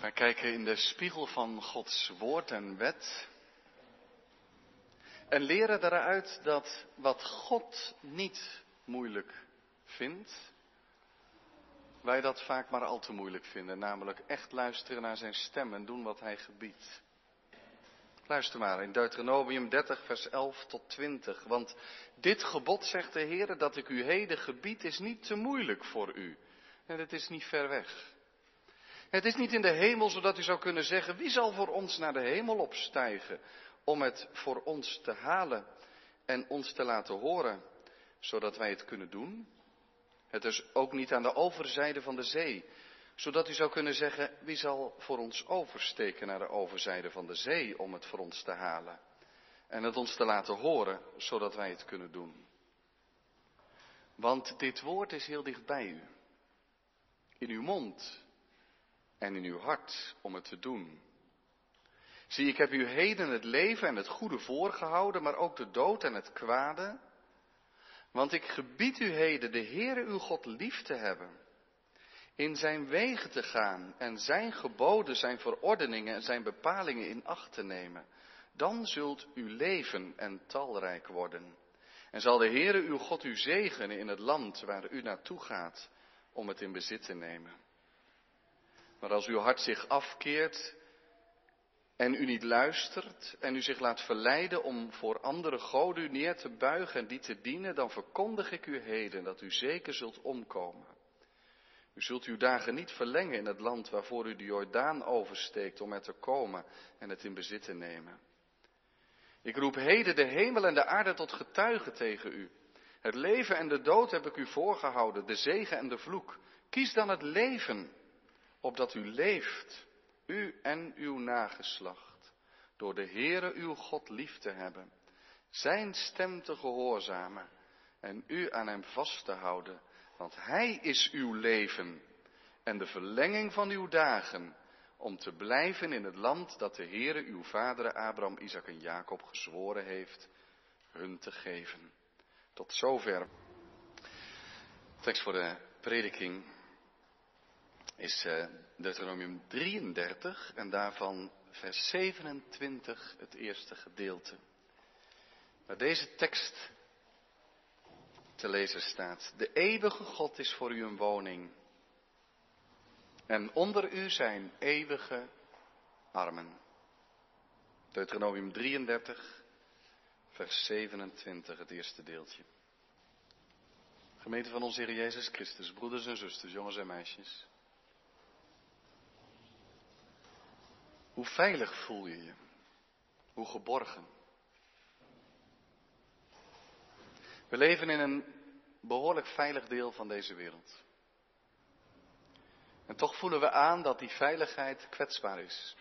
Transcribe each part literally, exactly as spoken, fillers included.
gaan kijken in de spiegel van Gods woord en wet. En leren daaruit dat wat God niet moeilijk vindt, wij dat vaak maar al te moeilijk vinden. Namelijk echt luisteren naar zijn stem en doen wat hij gebiedt. Luister maar in Deuteronomium dertig vers elf tot twintig. Want dit gebod, zegt de Heer, dat ik u heden gebied, is niet te moeilijk voor u. En het is niet ver weg. Het is niet in de hemel, zodat u zou kunnen zeggen, wie zal voor ons naar de hemel opstijgen, om het voor ons te halen en ons te laten horen, zodat wij het kunnen doen? Het is ook niet aan de overzijde van de zee, zodat u zou kunnen zeggen, wie zal voor ons oversteken naar de overzijde van de zee, om het voor ons te halen en het ons te laten horen, zodat wij het kunnen doen. Want dit woord is heel dicht bij u, in uw mond en in uw hart, om het te doen. Zie, ik heb u heden het leven en het goede voorgehouden, maar ook de dood en het kwade. Want ik gebied u heden de Heere uw God lief te hebben, in zijn wegen te gaan en zijn geboden, zijn verordeningen en zijn bepalingen in acht te nemen. Dan zult u leven en talrijk worden. En zal de Heere uw God u zegenen in het land waar u naartoe gaat, om het in bezit te nemen. Maar als uw hart zich afkeert en u niet luistert en u zich laat verleiden om voor andere goden u neer te buigen en die te dienen, dan verkondig ik u heden dat u zeker zult omkomen. U zult uw dagen niet verlengen in het land waarvoor u de Jordaan oversteekt om er te komen en het in bezit te nemen. Ik roep heden de hemel en de aarde tot getuigen tegen u. Het leven en de dood heb ik u voorgehouden, de zegen en de vloek. Kies dan het leven, opdat u leeft, u en uw nageslacht, door de Heere uw God lief te hebben, zijn stem te gehoorzamen en u aan hem vast te houden, want hij is uw leven en de verlenging van uw dagen, om te blijven in het land dat de Heere uw vaderen Abraham, Isaac en Jacob gezworen heeft hun te geven. Tot zover. Tekst voor de prediking is uh, Deuteronomium drieëndertig en daarvan vers zevenentwintig het eerste gedeelte. Waar deze tekst te lezen staat. De eeuwige God is voor u een woning en onder u zijn eeuwige armen. Deuteronomium drieëndertig vers zevenentwintig het eerste deeltje. Gemeente van onze Heer Jezus Christus, broeders en zusters, jongens en meisjes. Hoe veilig voel je je? Hoe geborgen? We leven in een behoorlijk veilig deel van deze wereld. En toch voelen we aan dat die veiligheid kwetsbaar is.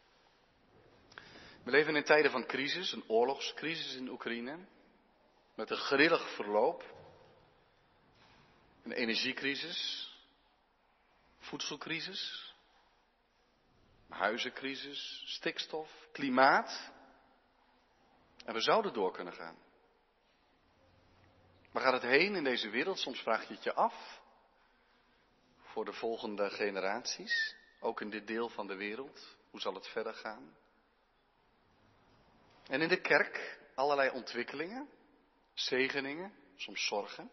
We leven in tijden van crisis, een oorlogscrisis in Oekraïne, met een grillig verloop. Een energiecrisis, voedselcrisis, huizencrisis, stikstof, klimaat. En we zouden door kunnen gaan. Waar gaat het heen in deze wereld? Soms vraag je het je af. Voor de volgende generaties, ook in dit deel van de wereld. Hoe zal het verder gaan? En in de kerk allerlei ontwikkelingen, zegeningen, soms zorgen.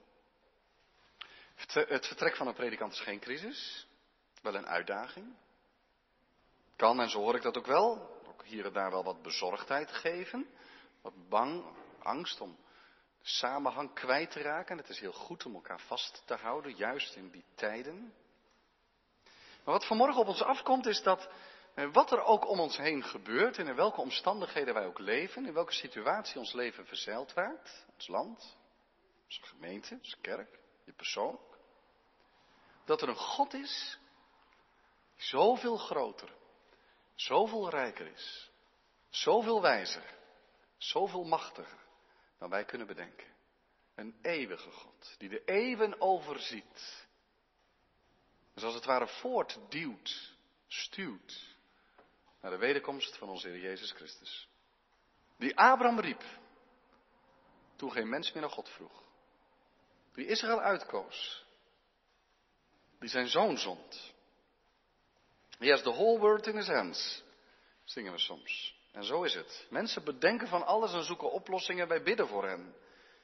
Het vertrek van een predikant is geen crisis, wel een uitdaging. Kan, en zo hoor ik dat ook wel, ook hier en daar wel wat bezorgdheid geven. Wat bang, angst om de samenhang kwijt te raken. Het is heel goed om elkaar vast te houden, juist in die tijden. Maar wat vanmorgen op ons afkomt is dat wat er ook om ons heen gebeurt en in welke omstandigheden wij ook leven, in welke situatie ons leven verzeild raakt, ons land, onze gemeente, onze kerk, je persoon. Dat er een God is die zoveel groter, zoveel rijker is, zoveel wijzer, zoveel machtiger dan wij kunnen bedenken. Een eeuwige God die de eeuwen overziet. Dus als het ware voortduwt, stuwt naar de wederkomst van onze Heer Jezus Christus. Die Abraham riep toen geen mens meer naar God vroeg. Die Israël uitkoos. Die zijn zoon zond. He has the whole world in his hands, zingen we soms. En zo is het. Mensen bedenken van alles en zoeken oplossingen, wij bidden voor hen.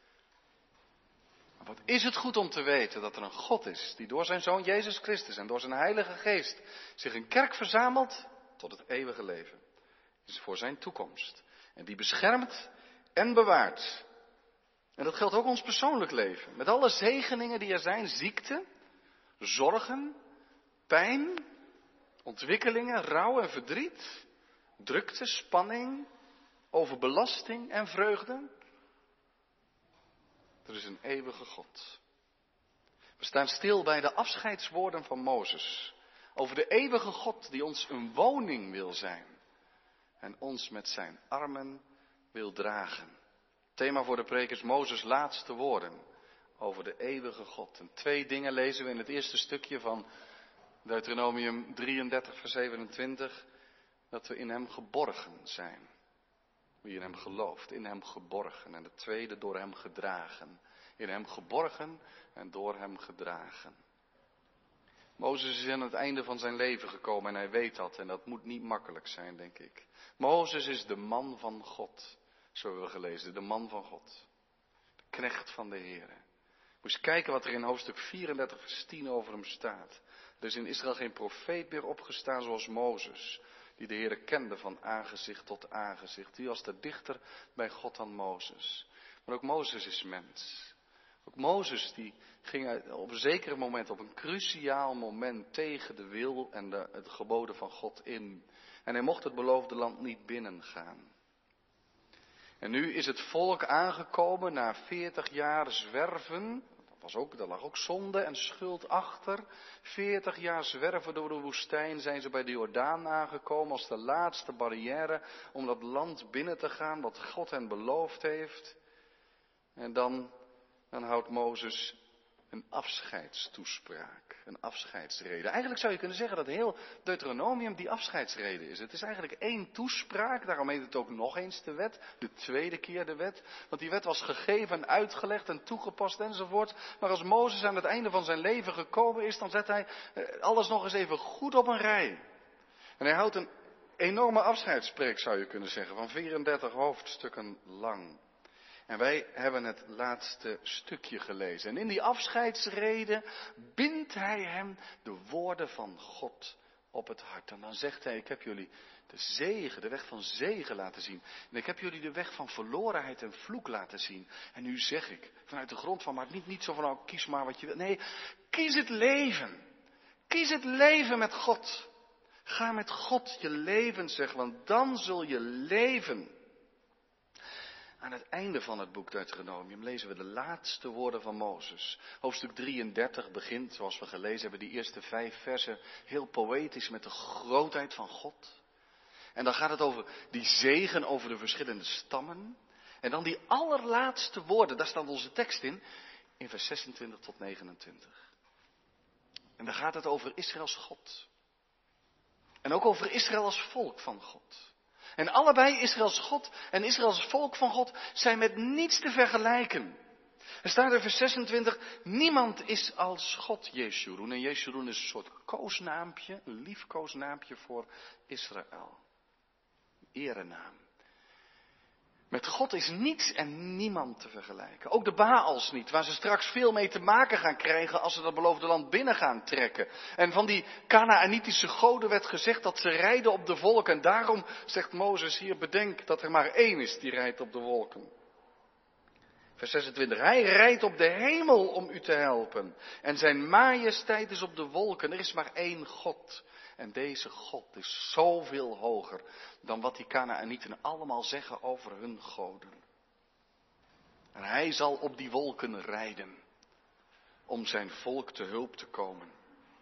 Maar wat is het goed om te weten dat er een God is die door zijn Zoon Jezus Christus en door zijn Heilige Geest zich een kerk verzamelt tot het eeuwige leven. Is voor zijn toekomst. En die beschermt en bewaart. En dat geldt ook ons persoonlijk leven. Met alle zegeningen die er zijn, ziekte, zorgen, pijn, ontwikkelingen, rouw en verdriet, drukte, spanning, overbelasting en vreugde. Er is een eeuwige God. We staan stil bij de afscheidswoorden van Mozes. Over de eeuwige God die ons een woning wil zijn. En ons met zijn armen wil dragen. Thema voor de preek is Mozes' laatste woorden. Over de eeuwige God. En twee dingen lezen we in het eerste stukje van Deuteronomium drieëndertig vers zevenentwintig. Dat we in hem geborgen zijn. Wie in hem gelooft, in hem geborgen. En het tweede, door hem gedragen. In hem geborgen en door hem gedragen. Mozes is aan het einde van zijn leven gekomen en hij weet dat. En dat moet niet makkelijk zijn, denk ik. Mozes is de man van God. Zo hebben we gelezen, de man van God. De knecht van de Heer. Moet je kijken wat er in hoofdstuk vierendertig vers tien over hem staat. Er is in Israël geen profeet meer opgestaan zoals Mozes. Die de Heere kende van aangezicht tot aangezicht. Die was de dichter bij God dan Mozes. Maar ook Mozes is mens. Ook Mozes die ging op een zeker moment, op een cruciaal moment tegen de wil en de, het geboden van God in. En hij mocht het beloofde land niet binnengaan. En nu is het volk aangekomen na veertig jaar zwerven. Was ook, daar lag ook zonde en schuld achter. Veertig jaar zwerven door de woestijn zijn ze bij de Jordaan aangekomen als de laatste barrière om dat land binnen te gaan wat God hen beloofd heeft. En dan, dan houdt Mozes een afscheidstoespraak, een afscheidsrede. Eigenlijk zou je kunnen zeggen dat heel Deuteronomium die afscheidsrede is. Het is eigenlijk één toespraak, daarom heet het ook nog eens de wet, de tweede keer de wet. Want die wet was gegeven en uitgelegd en toegepast enzovoort. Maar als Mozes aan het einde van zijn leven gekomen is, dan zet hij alles nog eens even goed op een rij. En hij houdt een enorme afscheidspreek, zou je kunnen zeggen, van vierendertig hoofdstukken lang. En wij hebben het laatste stukje gelezen. En in die afscheidsrede bindt hij hem de woorden van God op het hart. En dan zegt hij, ik heb jullie de zegen, de weg van zegen laten zien. En ik heb jullie de weg van verlorenheid en vloek laten zien. En nu zeg ik, vanuit de grond van, maar niet, niet zo van, oh, kies maar wat je wil. Nee, kies het leven. Kies het leven met God. Ga met God je leven, zeg, want dan zul je leven. Aan het einde van het boek Deuteronomium lezen we de laatste woorden van Mozes. Hoofdstuk drieëndertig begint, zoals we gelezen hebben, die eerste vijf versen, heel poëtisch met de grootheid van God. En dan gaat het over die zegen over de verschillende stammen. En dan die allerlaatste woorden, daar staat onze tekst in, in vers zesentwintig tot negenentwintig. En dan gaat het over Israëls God. En ook over Israël als volk van God. En allebei, Israëls God en Israëls volk van God, zijn met niets te vergelijken. Er staat in vers zesentwintig, niemand is als God, Jeshurun. En Jeshurun is een soort koosnaampje, een lief koosnaampje voor Israël. Erenaam. Met God is niets en niemand te vergelijken. Ook de Baals niet, waar ze straks veel mee te maken gaan krijgen als ze dat beloofde land binnen gaan trekken. En van die Kanaanitische goden werd gezegd dat ze rijden op de wolken. En daarom zegt Mozes hier, bedenk dat er maar één is die rijdt op de wolken. Vers zesentwintig, hij rijdt op de hemel om u te helpen. En zijn majesteit is op de wolken. Er is maar één God. En deze God is zoveel hoger dan wat die Kanaanieten allemaal zeggen over hun goden. En hij zal op die wolken rijden om zijn volk te hulp te komen.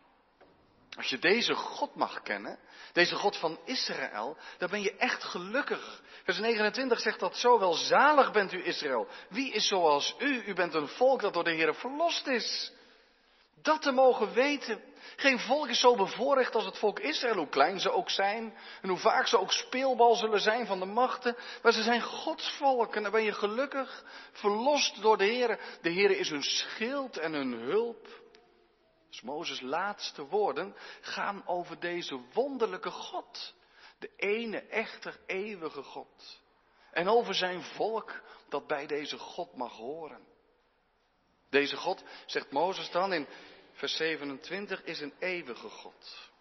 Als je deze God mag kennen, deze God van Israël, dan ben je echt gelukkig. Vers negenentwintig zegt dat zo, welzalig bent u Israël. Wie is zoals u? U bent een volk dat door de Heer verlost is. Dat te mogen weten. Geen volk is zo bevoorrecht als het volk Israël, hoe klein ze ook zijn. En hoe vaak ze ook speelbal zullen zijn van de machten. Maar ze zijn Gods volk en dan ben je gelukkig. Verlost door de Heer. De Heer is hun schild en hun hulp. Dus Mozes' laatste woorden gaan over deze wonderlijke God. De ene echte eeuwige God. En over zijn volk dat bij deze God mag horen. Deze God, zegt Mozes dan in vers zevenentwintig, is een eeuwige God.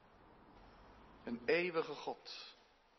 Een eeuwige God.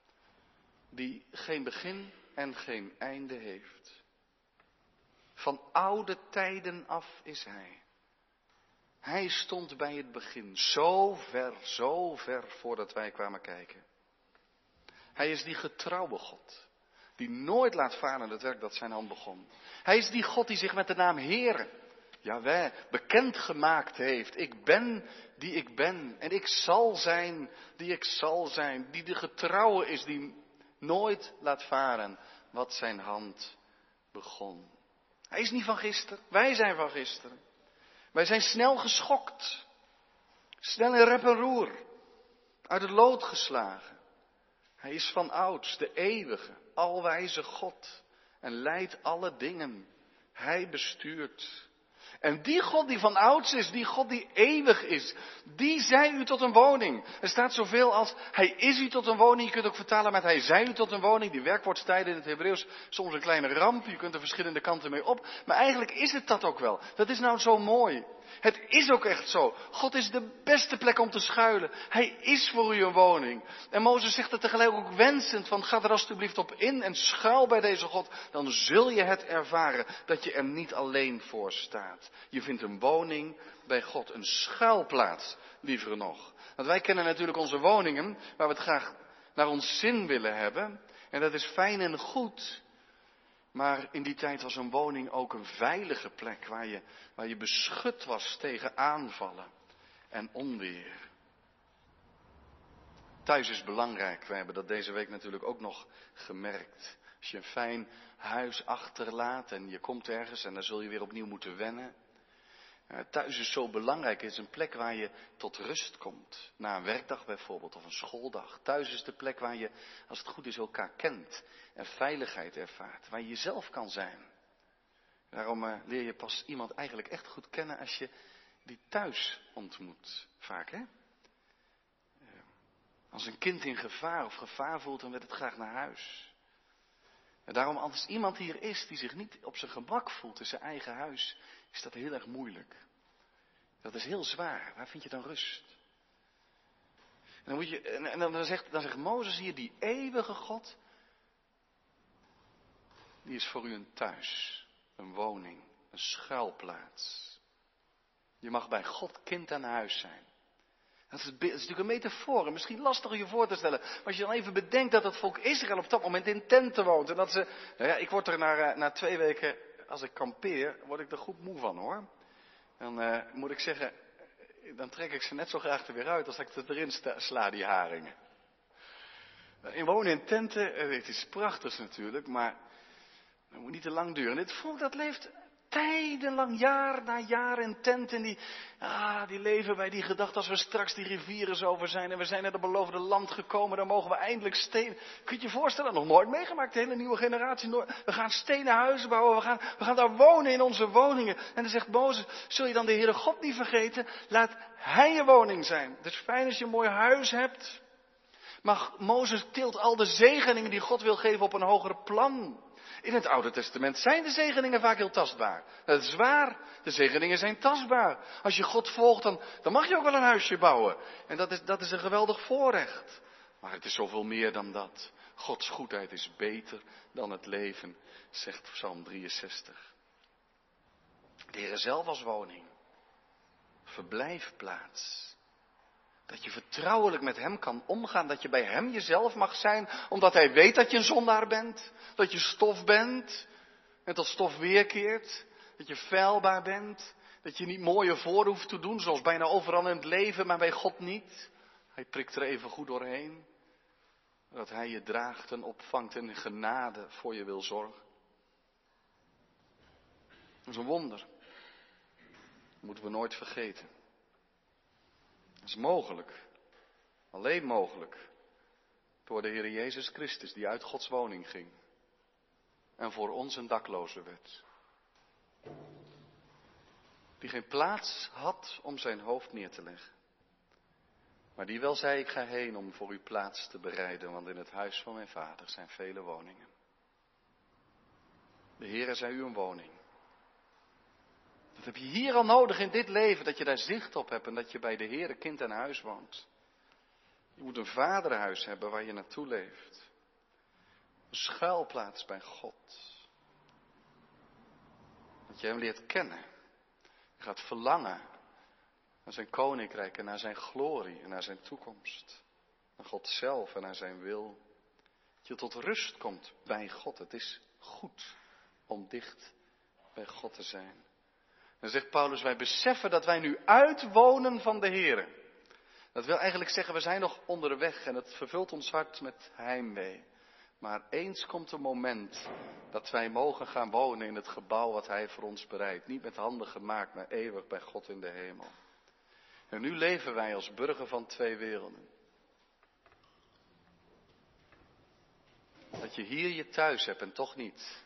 Die geen begin en geen einde heeft. Van oude tijden af is hij. Hij stond bij het begin, zo ver, zo ver voordat wij kwamen kijken. Hij is die getrouwe God, die nooit laat varen het werk dat zijn hand begon. Hij is die God die zich met de naam Heere, Jahweh, bekendgemaakt heeft. Ik ben die ik ben en ik zal zijn die ik zal zijn. Die de getrouwe is, die nooit laat varen wat zijn hand begon. Hij is niet van gisteren, wij zijn van gisteren. Wij zijn snel geschokt, snel in rep en roer, uit het lood geslagen. Hij is van ouds, de eeuwige, alwijze God en leidt alle dingen. Hij bestuurt. En die God die van ouds is, die God die eeuwig is, die zei u tot een woning. Er staat zoveel als, hij is u tot een woning. Je kunt ook vertalen met, hij zei u tot een woning. Die werkwoordstijden in het Hebreeuws, soms een kleine ramp. Je kunt er verschillende kanten mee op. Maar eigenlijk is het dat ook wel. Dat is nou zo mooi. Het is ook echt zo. God is de beste plek om te schuilen. Hij is voor u een woning. En Mozes zegt het tegelijk ook wensend van, ga er alstublieft op in en schuil bij deze God. Dan zul je het ervaren dat je er niet alleen voor staat. Je vindt een woning bij God, een schuilplaats, liever nog. Want wij kennen natuurlijk onze woningen, waar we het graag naar ons zin willen hebben. En dat is fijn en goed. Maar in die tijd was een woning ook een veilige plek, waar je, waar je beschut was tegen aanvallen en onweer. Thuis is belangrijk, wij hebben dat deze week natuurlijk ook nog gemerkt. Als je een fijn huis achterlaat en je komt ergens en dan zul je weer opnieuw moeten wennen. Thuis is zo belangrijk, het is een plek waar je tot rust komt. Na een werkdag bijvoorbeeld of een schooldag. Thuis is de plek waar je, als het goed is, elkaar kent en veiligheid ervaart. Waar je jezelf kan zijn. Daarom uh, leer je pas iemand eigenlijk echt goed kennen als je die thuis ontmoet. Vaak hè. Uh, als een kind in gevaar of gevaar voelt, dan wil het graag naar huis. En daarom als iemand hier is die zich niet op zijn gemak voelt in zijn eigen huis, is dat heel erg moeilijk. Dat is heel zwaar. Waar vind je dan rust? En dan, moet je, en dan, zegt, dan zegt Mozes hier, die eeuwige God, die is voor u een thuis, een woning, een schuilplaats. Je mag bij God kind aan huis zijn. Dat is, dat is natuurlijk een metafoor en misschien lastig je voor te stellen. Maar als je dan even bedenkt dat het volk Israël op dat moment in tenten woont. En dat ze, nou ja, ik word er na, na twee weken, als ik kampeer, word ik er goed moe van hoor. Dan uh, moet ik zeggen, dan trek ik ze net zo graag er weer uit als ik het erin sta, sla, die haringen. In wonen in tenten, het is prachtig natuurlijk, maar het moet niet te lang duren. Dit volk dat leeft tijdenlang, jaar na jaar in tenten. Die, ah, die leven bij die gedachte, als we straks die rivieren zo over zijn en we zijn naar het beloofde land gekomen, dan mogen we eindelijk stenen. Kun je je voorstellen, nog nooit meegemaakt, de hele nieuwe generatie. We gaan stenen huizen bouwen, we gaan, we gaan daar wonen in onze woningen. En dan zegt Mozes, zul je dan de Heere God niet vergeten? Laat Hij je woning zijn. Het is fijn als je een mooi huis hebt. Maar Mozes tilt al de zegeningen die God wil geven op een hoger plan. In het Oude Testament zijn de zegeningen vaak heel tastbaar. Dat is waar, de zegeningen zijn tastbaar. Als je God volgt, dan, dan mag je ook wel een huisje bouwen. En dat is, dat is een geweldig voorrecht. Maar het is zoveel meer dan dat. Gods goedheid is beter dan het leven, zegt Psalm drieënzestig. De Heer zelf als woning. Verblijfplaats. Dat je vertrouwelijk met Hem kan omgaan. Dat je bij Hem jezelf mag zijn. Omdat Hij weet dat je een zondaar bent. Dat je stof bent. En tot stof weerkeert. Dat je feilbaar bent. Dat je niet mooie voor hoeft te doen. Zoals bijna overal in het leven. Maar bij God niet. Hij prikt er even goed doorheen. Dat Hij je draagt en opvangt. En in genade voor je wil zorgen. Dat is een wonder. Dat moeten we nooit vergeten. Dat is mogelijk, alleen mogelijk, door de Heer Jezus Christus die uit Gods woning ging en voor ons een dakloze werd. Die geen plaats had om zijn hoofd neer te leggen. Maar die wel zei, ik ga heen om voor u plaats te bereiden, want in het huis van mijn vader zijn vele woningen. De Heere zei u een woning. Dat heb je hier al nodig in dit leven, dat je daar zicht op hebt en dat je bij de Heere kind en huis woont. Je moet een vaderhuis hebben waar je naartoe leeft. Een schuilplaats bij God. Dat je hem leert kennen. Je gaat verlangen naar zijn koninkrijk en naar zijn glorie en naar zijn toekomst. Naar God zelf en naar zijn wil. Dat je tot rust komt bij God. Het is goed om dicht bij God te zijn. Dan zegt Paulus, wij beseffen dat wij nu uitwonen van de Heere. Dat wil eigenlijk zeggen, we zijn nog onderweg en het vervult ons hart met heimwee. Maar eens komt een moment dat wij mogen gaan wonen in het gebouw wat hij voor ons bereidt. Niet met handen gemaakt, maar eeuwig bij God in de hemel. En nu leven wij als burger van twee werelden. Dat je hier je thuis hebt en toch niet.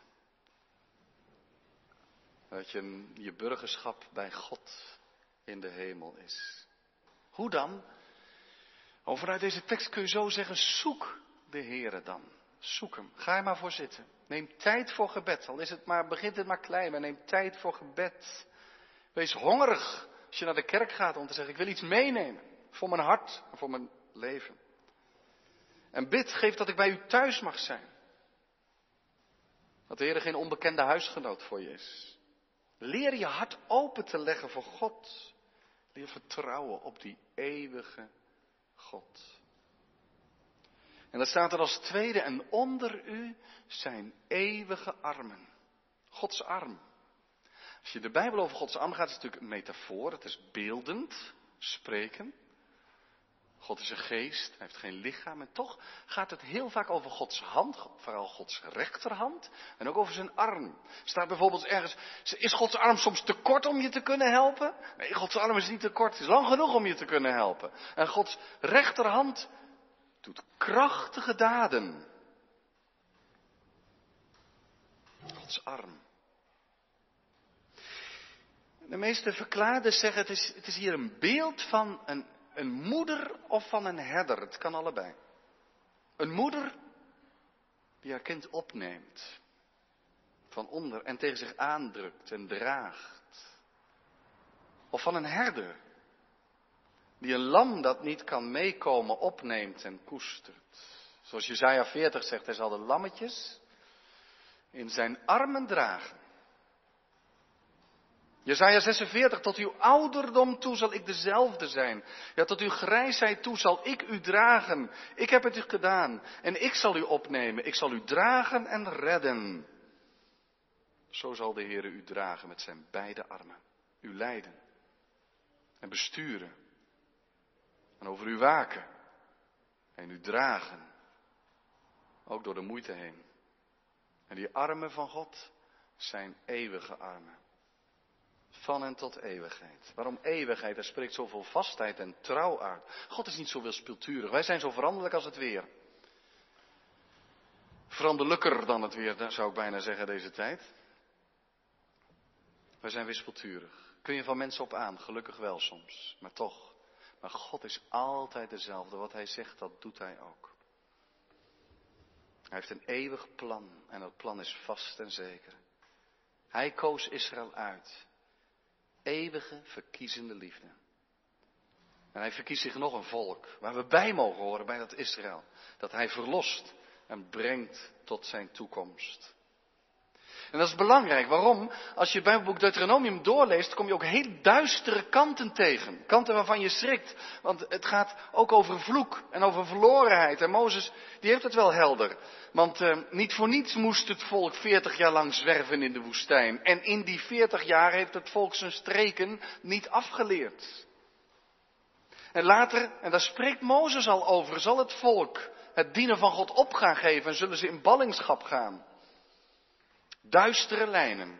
Dat je, je burgerschap bij God in de hemel is. Hoe dan? Oh, vanuit deze tekst kun je zo zeggen, zoek de Heere dan. Zoek hem. Ga er maar voor zitten. Neem tijd voor gebed. Al is het maar, begint het maar klein, maar neem tijd voor gebed. Wees hongerig als je naar de kerk gaat om te zeggen, ik wil iets meenemen. Voor mijn hart en voor mijn leven. En bid, geef dat ik bij u thuis mag zijn. Dat de Heere geen onbekende huisgenoot voor je is. Leer je hart open te leggen voor God. Leer vertrouwen op die eeuwige God. En dan staat er als tweede, en onder u zijn eeuwige armen. Gods arm. Als je de Bijbel over Gods arm gaat, is het natuurlijk een metafoor. Het is beeldend, spreken. God is een geest, hij heeft geen lichaam. En toch gaat het heel vaak over Gods hand, vooral Gods rechterhand. En ook over zijn arm. Er staat bijvoorbeeld ergens, is Gods arm soms te kort om je te kunnen helpen? Nee, Gods arm is niet te kort, het is lang genoeg om je te kunnen helpen. En Gods rechterhand doet krachtige daden. Gods arm. De meeste verklaarders zeggen, het is, het is hier een beeld van een, een moeder of van een herder. Het kan allebei. Een moeder die haar kind opneemt. Van onder en tegen zich aandrukt en draagt. Of van een herder. Die een lam dat niet kan meekomen opneemt en koestert. Zoals Jesaja veertig zegt, hij zal de lammetjes in zijn armen dragen. Jesaja zesenveertig, tot uw ouderdom toe zal ik dezelfde zijn. Ja, tot uw grijsheid toe zal ik u dragen. Ik heb het u gedaan en ik zal u opnemen. Ik zal u dragen en redden. Zo zal de Heere u dragen met zijn beide armen. U leiden en besturen. En over u waken. En u dragen. Ook door de moeite heen. En die armen van God zijn eeuwige armen. Van en tot eeuwigheid. Waarom eeuwigheid? Daar spreekt zoveel vastheid en trouw uit. God is niet zo wispelturig. Wij zijn zo veranderlijk als het weer. Veranderlijker dan het weer, zou ik bijna zeggen, deze tijd. Wij zijn wispelturig. Kun je van mensen op aan? Gelukkig wel soms. Maar toch. Maar God is altijd dezelfde. Wat hij zegt, dat doet hij ook. Hij heeft een eeuwig plan. En dat plan is vast en zeker. Hij koos Israël uit. Eeuwige, verkiezende liefde. En hij verkiest zich nog een volk. Waar we bij mogen horen, bij dat Israël. Dat hij verlost en brengt tot zijn toekomst. En dat is belangrijk. Waarom? Als je het Bijbelboek Deuteronomium doorleest, kom je ook heel duistere kanten tegen. Kanten waarvan je schrikt. Want het gaat ook over vloek en over verlorenheid. En Mozes, die heeft het wel helder. Want uh, niet voor niets moest het volk veertig jaar lang zwerven in de woestijn. En in die veertig jaar heeft het volk zijn streken niet afgeleerd. En later, en daar spreekt Mozes al over, zal het volk het dienen van God op gaan geven en zullen ze in ballingschap gaan. Duistere lijnen.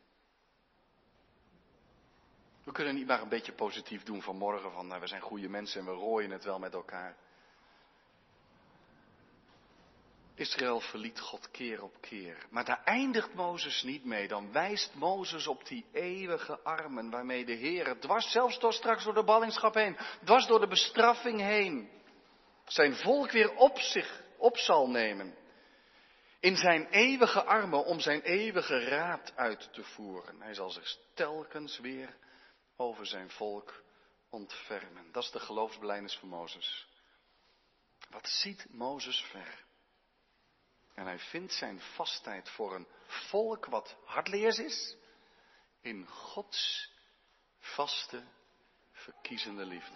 We kunnen niet maar een beetje positief doen vanmorgen van, nou, we zijn goede mensen en we rooien het wel met elkaar. Israël verliet God keer op keer. Maar daar eindigt Mozes niet mee. Dan wijst Mozes op die eeuwige armen waarmee de Heer dwars, zelfs door straks door de ballingschap heen, dwars door de bestraffing heen, zijn volk weer op zich op zal nemen. In zijn eeuwige armen om zijn eeuwige raad uit te voeren. Hij zal zich telkens weer over zijn volk ontfermen. Dat is de geloofsbelijdenis van Mozes. Wat ziet Mozes ver? En hij vindt zijn vastheid voor een volk wat hardleers is, in Gods vaste, verkiezende liefde.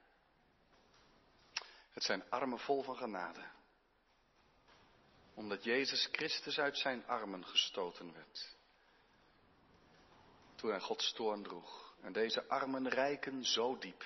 Het zijn armen vol van genade. Omdat Jezus Christus uit zijn armen gestoten werd. Toen hij Gods toorn droeg. En deze armen reiken zo diep.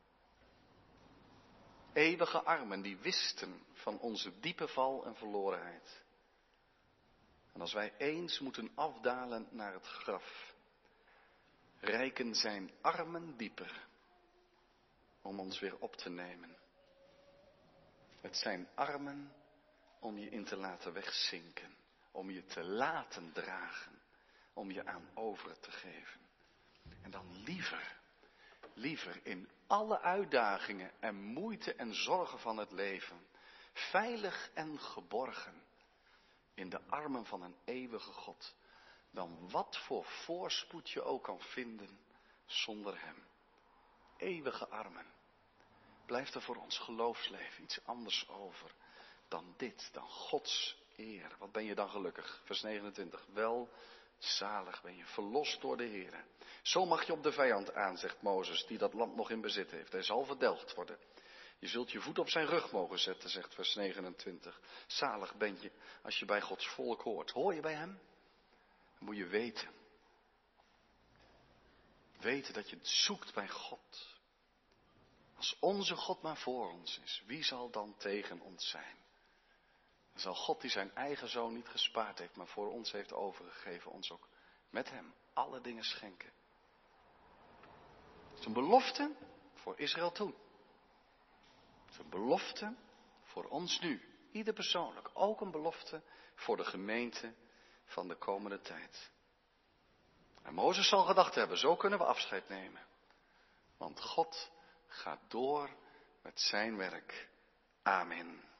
Eeuwige armen die wisten van onze diepe val en verlorenheid. En als wij eens moeten afdalen naar het graf, reiken zijn armen dieper om ons weer op te nemen. Het zijn armen om je in te laten wegzinken, om je te laten dragen, om je aan over te geven. En dan liever, liever in alle uitdagingen en moeite en zorgen van het leven, veilig en geborgen in de armen van een eeuwige God, dan wat voor voorspoed je ook kan vinden zonder hem. Eeuwige armen. Blijft er voor ons geloofsleven iets anders over dan dit, dan Gods eer. Wat ben je dan gelukkig? Vers negenentwintig. Wel, zalig ben je, verlost door de Heer. Zo mag je op de vijand aan, zegt Mozes, die dat land nog in bezit heeft. Hij zal verdelgd worden. Je zult je voet op zijn rug mogen zetten, zegt vers negenentwintig. Zalig ben je als je bij Gods volk hoort. Hoor je bij hem? Dan moet je weten. Weten dat je het zoekt bij God. Als onze God maar voor ons is, wie zal dan tegen ons zijn? Dan zal God die zijn eigen zoon niet gespaard heeft, maar voor ons heeft overgegeven, ons ook met hem alle dingen schenken. Het is een belofte voor Israël toen. Het is een belofte voor ons nu, ieder persoonlijk. Ook een belofte voor de gemeente van de komende tijd. En Mozes zal gedacht hebben, zo kunnen we afscheid nemen. Want God gaat door met zijn werk. Amen.